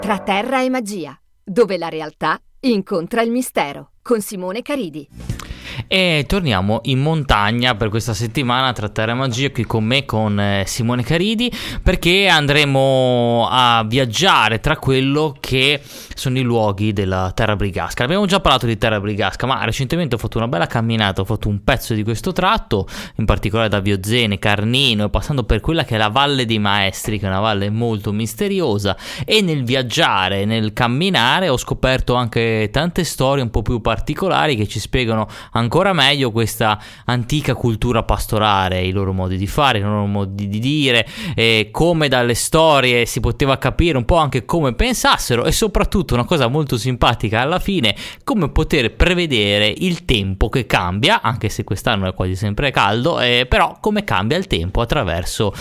Tra terra e magia, dove la realtà incontra il mistero, con Simone Caridi. E torniamo in montagna per questa settimana tra Terra e Magia, qui con me, con Simone Caridi, perché andremo a viaggiare tra quello che sono i luoghi della Terra Brigasca. Abbiamo già parlato di Terra Brigasca, ma recentemente ho fatto una bella camminata, ho fatto un pezzo di questo tratto, in particolare da Viozzene, Carnino, e passando per quella che è la Valle dei Maestri, che è una valle molto misteriosa, e nel viaggiare, nel camminare, ho scoperto anche tante storie un po' più particolari che ci spiegano ancora meglio questa antica cultura pastorale, i loro modi di fare, i loro modi di dire, come dalle storie si poteva capire un po' anche come pensassero, e soprattutto una cosa molto simpatica alla fine, come poter prevedere il tempo che cambia, anche se quest'anno è quasi sempre caldo, però come cambia il tempo attraverso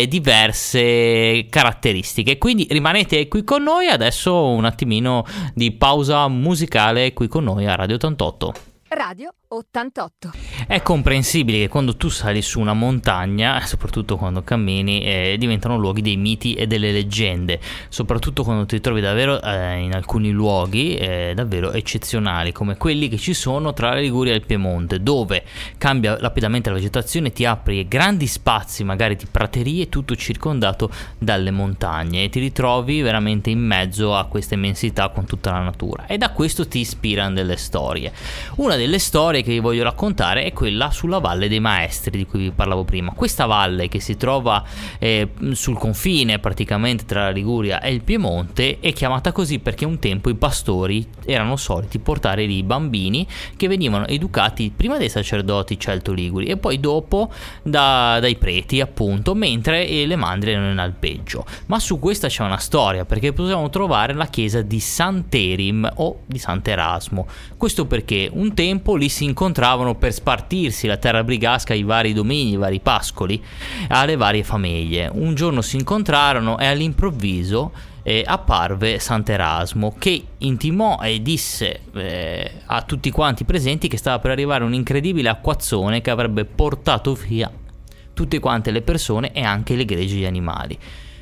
diverse caratteristiche. Quindi rimanete qui con noi, adesso un attimino di pausa musicale qui con noi a Radio 88. Radio 88. È comprensibile che quando tu sali su una montagna, soprattutto quando cammini, diventano luoghi dei miti e delle leggende, soprattutto quando ti trovi davvero in alcuni luoghi davvero eccezionali, come quelli che ci sono tra la Liguria e il Piemonte, dove cambia rapidamente la vegetazione, ti apri grandi spazi magari di praterie, tutto circondato dalle montagne, e ti ritrovi veramente in mezzo a questa immensità con tutta la natura, e da questo ti ispirano delle storie. Una delle storie che vi voglio raccontare è quella sulla Valle dei Maestri di cui vi parlavo prima. Questa valle, che si trova sul confine praticamente tra la Liguria e il Piemonte, è chiamata così perché un tempo i pastori erano soliti portare lì i bambini che venivano educati prima dai sacerdoti celto-liguri e poi dopo dai preti, appunto, mentre le mandrie erano in alpeggio. Ma su questa c'è una storia, perché possiamo trovare la chiesa di Sant'Erim o di Sant'Erasmo. Questo perché un tempo lì si incontravano per spartirsi la terra brigasca, i vari domini, i vari pascoli alle varie famiglie. Un giorno si incontrarono e all'improvviso apparve Sant'Erasmo, che intimò e disse a tutti quanti presenti che stava per arrivare un incredibile acquazzone che avrebbe portato via tutte quante le persone e anche le greggi e gli animali.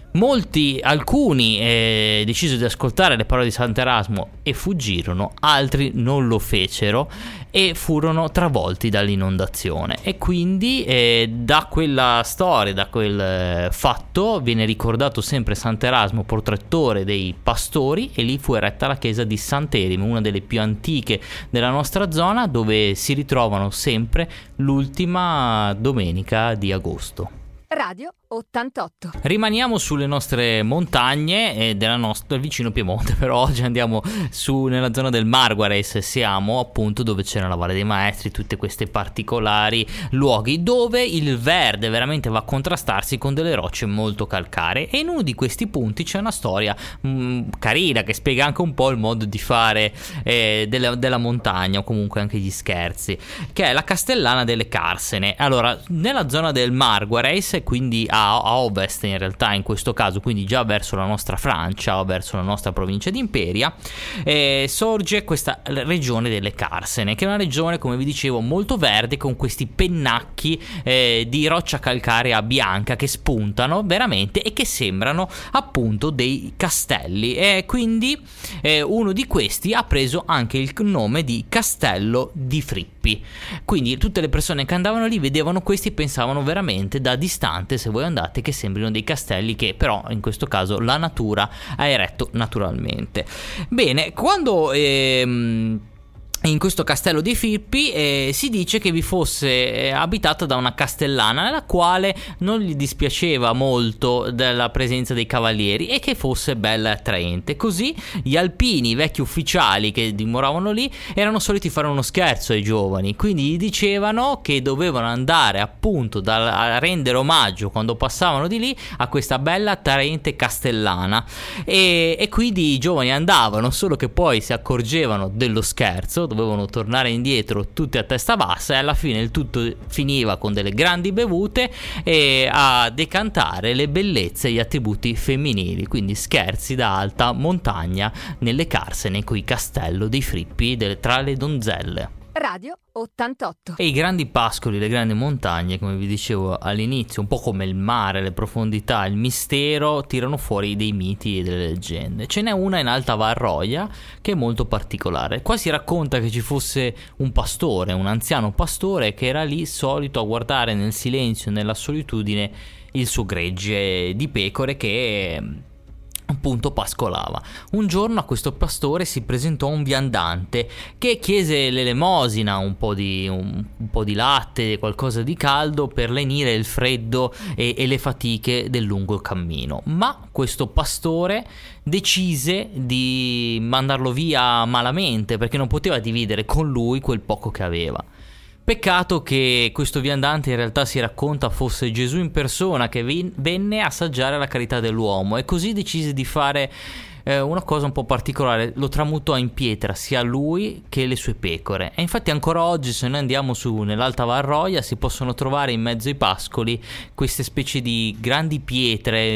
Alcuni decisero di ascoltare le parole di Sant'Erasmo e fuggirono, altri non lo fecero e furono travolti dall'inondazione. E quindi da quella storia, da quel fatto, viene ricordato sempre Sant'Erasmo, protettore dei pastori, e lì fu eretta la chiesa di Sant'Erim, una delle più antiche della nostra zona, dove si ritrovano sempre l'ultima domenica di agosto. Radio 88. Rimaniamo sulle nostre montagne del vicino Piemonte, però oggi andiamo nella zona del Marguares, siamo appunto dove c'era la Valle dei Maestri, tutte queste particolari luoghi dove il verde veramente va a contrastarsi con delle rocce molto calcaree, e in uno di questi punti c'è una storia carina che spiega anche un po' il modo di fare della montagna, o comunque anche gli scherzi, che è la Castellana delle Carsene. Allora, nella zona del Marguares, quindi a ovest in realtà in questo caso, quindi già verso la nostra Francia o verso la nostra provincia di Imperia, sorge questa regione delle Carsene, che è una regione, come vi dicevo, molto verde, con questi pennacchi di roccia calcarea bianca che spuntano veramente e che sembrano appunto dei castelli, e quindi uno di questi ha preso anche il nome di Castello di Frippi. Quindi tutte le persone che andavano lì vedevano questi e pensavano veramente da distante, se voi andate, che sembrino dei castelli che però in questo caso la natura ha eretto naturalmente. Bene, quando in questo castello di Frippi si dice che vi fosse abitata da una castellana, nella quale non gli dispiaceva molto della presenza dei cavalieri e che fosse bella e attraente. Così gli alpini, i vecchi ufficiali che dimoravano lì, erano soliti fare uno scherzo ai giovani, quindi gli dicevano che dovevano andare appunto a rendere omaggio, quando passavano di lì, a questa bella attraente castellana, e quindi i giovani andavano, solo che poi si accorgevano dello scherzo, dovevano tornare indietro tutti a testa bassa, e alla fine il tutto finiva con delle grandi bevute e a decantare le bellezze e gli attributi femminili, quindi scherzi da alta montagna nelle Carsene, coi Castello dei Frippi tra le donzelle. Radio 88. E i grandi pascoli, le grandi montagne, come vi dicevo all'inizio, un po' come il mare, le profondità, il mistero, tirano fuori dei miti e delle leggende. Ce n'è una in Alta Val Roia che è molto particolare. Qua si racconta che ci fosse un pastore, un anziano pastore, che era lì solito a guardare nel silenzio, nella solitudine, il suo gregge di pecore che appunto pascolava. Un giorno a questo pastore si presentò un viandante che chiese l'elemosina, un po' di latte, qualcosa di caldo per lenire il freddo e le fatiche del lungo cammino. Ma questo pastore decise di mandarlo via malamente, perché non poteva dividere con lui quel poco che aveva. Peccato che questo viandante in realtà, si racconta, fosse Gesù in persona, che venne a assaggiare la carità dell'uomo, e così decise di fare una cosa un po' particolare: lo tramutò in pietra sia lui che le sue pecore. E infatti ancora oggi, se noi andiamo su nell'Alta Val Roia, si possono trovare in mezzo ai pascoli queste specie di grandi pietre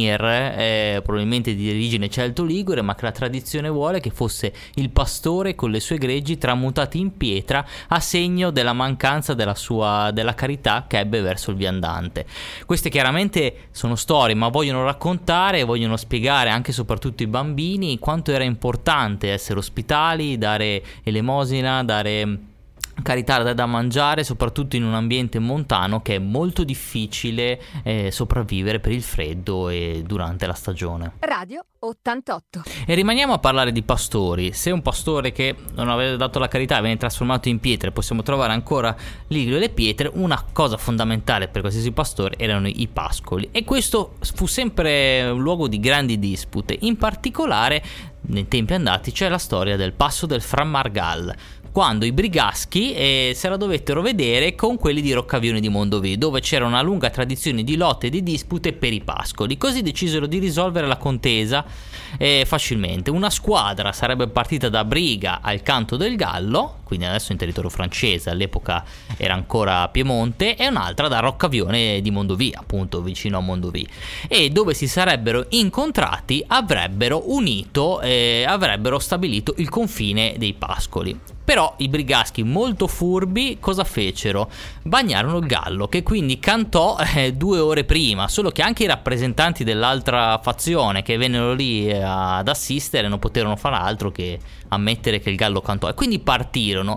menhir, probabilmente di origine celto-ligure, ma che la tradizione vuole che fosse il pastore con le sue greggi tramutati in pietra a segno della mancanza della carità che ebbe verso il viandante. Queste chiaramente sono storie, ma vogliono raccontare, vogliono spiegare anche e soprattutto i bambini quanto era importante essere ospitali, dare elemosina, dare carità da mangiare, soprattutto in un ambiente montano che è molto difficile sopravvivere per il freddo e durante la stagione. Radio 88. E rimaniamo a parlare di pastori. Se un pastore che non aveva dato la carità viene trasformato in pietre, possiamo trovare ancora lì le pietre. Una cosa fondamentale per qualsiasi pastore erano i pascoli, e questo fu sempre un luogo di grandi dispute. In particolare, nei tempi andati, c'è la storia del passo del Frammargall, quando i brigaschi se la dovettero vedere con quelli di Roccavione di Mondovì, dove c'era una lunga tradizione di lotte e di dispute per i pascoli. Così decisero di risolvere la contesa facilmente. Una squadra sarebbe partita da Briga al Canto del Gallo, quindi adesso in territorio francese, all'epoca era ancora Piemonte, e un'altra da Roccavione di Mondovì, appunto vicino a Mondovì, e dove si sarebbero incontrati avrebbero unito avrebbero stabilito il confine dei pascoli. Però i brigaschi, molto furbi, cosa fecero? Bagnarono il gallo, che quindi cantò 2 ore prima, solo che anche i rappresentanti dell'altra fazione che vennero lì ad assistere non poterono fare altro che ammettere che il gallo cantò, e quindi partirono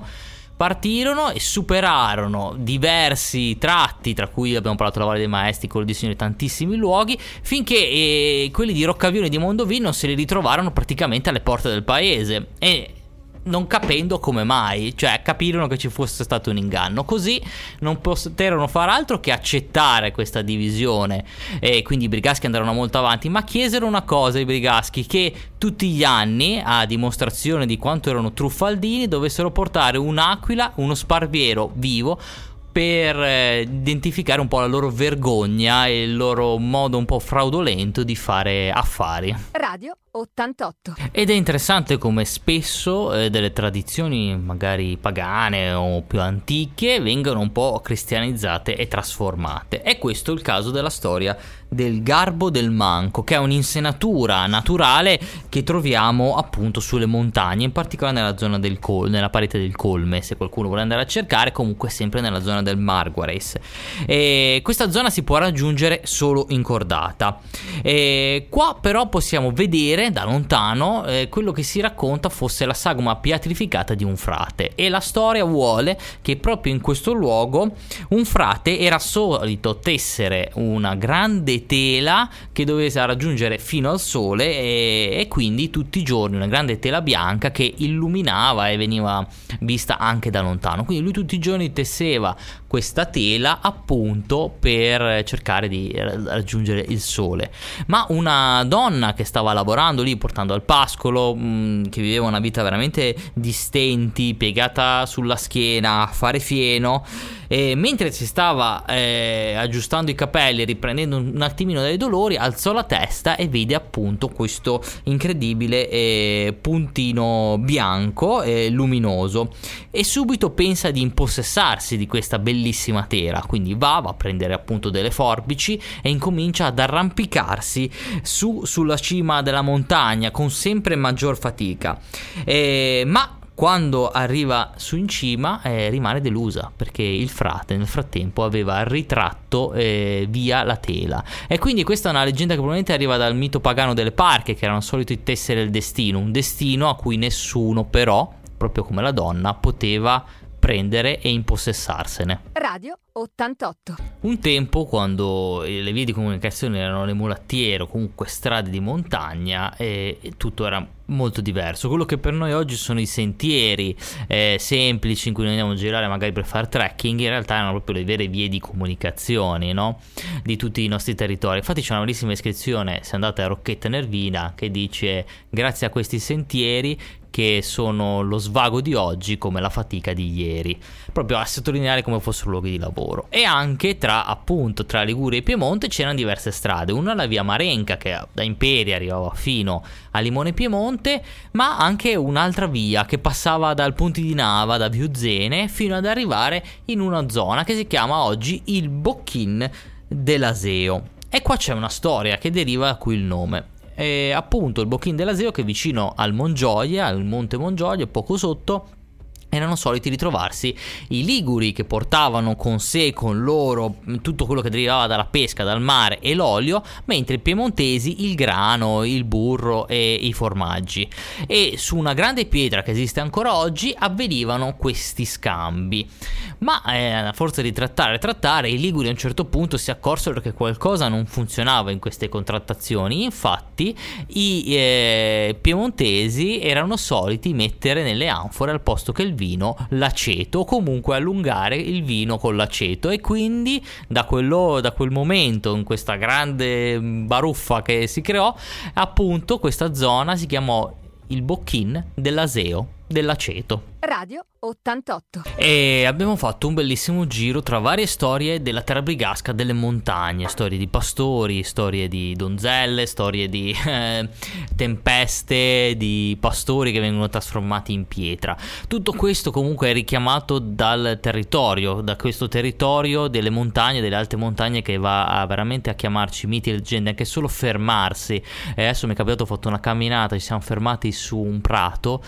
e superarono diversi tratti, tra cui abbiamo parlato della Valle dei Maestri, col disegno di tantissimi luoghi, finché quelli di Roccavione di Mondovì non se li ritrovarono praticamente alle porte del paese, e non capendo come mai, cioè capirono che ci fosse stato un inganno. Così non poterono far altro che accettare questa divisione, e quindi i brigaschi andarono molto avanti, ma chiesero una cosa i brigaschi: che tutti gli anni, a dimostrazione di quanto erano truffaldini, dovessero portare un'aquila, uno sparviero vivo, per identificare un po' la loro vergogna e il loro modo un po' fraudolento di fare affari. Radio 88. Ed è interessante come spesso delle tradizioni magari pagane o più antiche vengano un po' cristianizzate e trasformate. È questo il caso della storia del Garbo del Manco, che è un'insenatura naturale che troviamo appunto sulle montagne, in particolare nella zona del nella parete del Colme, se qualcuno vuole andare a cercare, comunque sempre nella zona del Marguares. E questa zona si può raggiungere solo in cordata. Qua però possiamo vedere da lontano quello che si racconta fosse la sagoma pietrificata di un frate, e la storia vuole che proprio in questo luogo un frate era solito tessere una grande tela che doveva raggiungere fino al sole, e quindi tutti i giorni una grande tela bianca che illuminava e veniva vista anche da lontano. Quindi lui tutti i giorni tesseva questa tela appunto per cercare di raggiungere il sole. Ma una donna che stava lavorando lì, portando al pascolo, che viveva una vita veramente di stenti, piegata sulla schiena a fare fieno, e mentre si stava aggiustando i capelli, riprendendo un attimino dai dolori, alzò la testa e vide appunto questo incredibile puntino bianco luminoso, e subito pensa di impossessarsi di questa bellissima tela. Quindi va a prendere appunto delle forbici e incomincia ad arrampicarsi sulla cima della montagna con sempre maggior fatica, ma Quando arriva su in cima rimane delusa perché il frate nel frattempo aveva ritratto via la tela, e quindi questa è una leggenda che probabilmente arriva dal mito pagano delle Parche, che erano soliti tessere il destino, un destino a cui nessuno però, proprio come la donna, poteva prendere e impossessarsene. Radio 88. Un tempo, quando le vie di comunicazione erano le mulattiere o comunque strade di montagna, tutto era molto diverso. Quello che per noi oggi sono i sentieri semplici in cui noi andiamo a girare magari per fare trekking, in realtà erano proprio le vere vie di comunicazione, no? Di tutti i nostri territori. Infatti c'è una bellissima iscrizione, se andate a Rocchetta Nervina, che dice: grazie a questi sentieri che sono lo svago di oggi come la fatica di ieri, proprio a sottolineare come fossero luoghi di lavoro. E anche tra Liguria e Piemonte c'erano diverse strade, una la via Marenca che da Imperia arrivava fino a Limone Piemonte, ma anche un'altra via che passava dal Ponte di Nava, da Viuzzene, fino ad arrivare in una zona che si chiama oggi il Bocchin dell'Aseo. E qua c'è una storia che deriva da qui il nome. Appunto il Bocchin dell'Aseo, che è vicino al Mongioia, al monte Mongioia, poco sotto, erano soliti ritrovarsi i liguri che portavano con sé, con loro, tutto quello che derivava dalla pesca, dal mare e l'olio, mentre i piemontesi il grano, il burro e i formaggi. E su una grande pietra che esiste ancora oggi avvenivano questi scambi. Ma a forza di trattare, i liguri a un certo punto si accorsero che qualcosa non funzionava in queste contrattazioni. Infatti i piemontesi erano soliti mettere nelle anfore, al posto che il vino, l'aceto, o comunque allungare il vino con l'aceto, e quindi da quel momento, in questa grande baruffa che si creò, appunto questa zona si chiamò il Bocchin dell'Aseo, dell'aceto. Radio 88. E abbiamo fatto un bellissimo giro tra varie storie della terra brigasca, delle montagne, storie di pastori, storie di donzelle, storie di tempeste, di pastori che vengono trasformati in pietra. Tutto questo comunque è richiamato dal territorio, da questo territorio delle montagne, delle alte montagne, che va veramente a chiamarci miti e leggende. Anche solo fermarsi, adesso mi è capitato, ho fatto una camminata, ci siamo fermati su un prato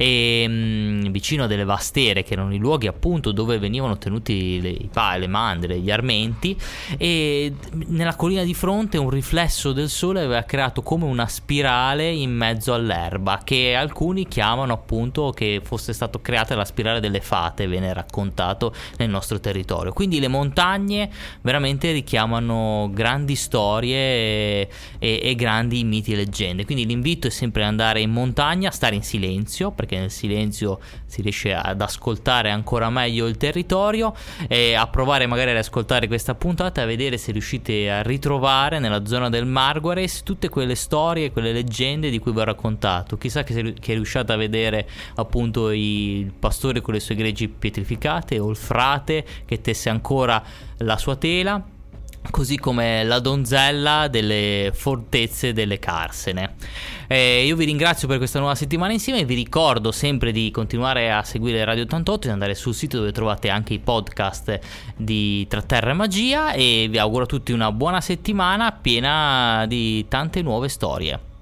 e vicino a delle vastiere, che erano i luoghi appunto dove venivano tenuti le mandre, gli armenti, e nella collina di fronte un riflesso del sole aveva creato come una spirale in mezzo all'erba, che alcuni chiamano appunto che fosse stato creata la spirale delle fate, viene raccontato nel nostro territorio. Quindi le montagne veramente richiamano grandi storie e grandi miti e leggende. Quindi l'invito è sempre andare in montagna, stare in silenzio, perché nel silenzio si riesce ad ascoltare ancora meglio il territorio, e a provare magari ad ascoltare questa puntata e a vedere se riuscite a ritrovare nella zona del Marguares tutte quelle storie, quelle leggende di cui vi ho raccontato. Chissà che riusciate a vedere appunto il pastore con le sue greggi pietrificate, o il frate che tesse ancora la sua tela, così come la donzella delle fortezze delle Carsene. Io vi ringrazio per questa nuova settimana insieme, e vi ricordo sempre di continuare a seguire Radio 88, di andare sul sito dove trovate anche i podcast di Tra Terra e Magia, e vi auguro a tutti una buona settimana piena di tante nuove storie.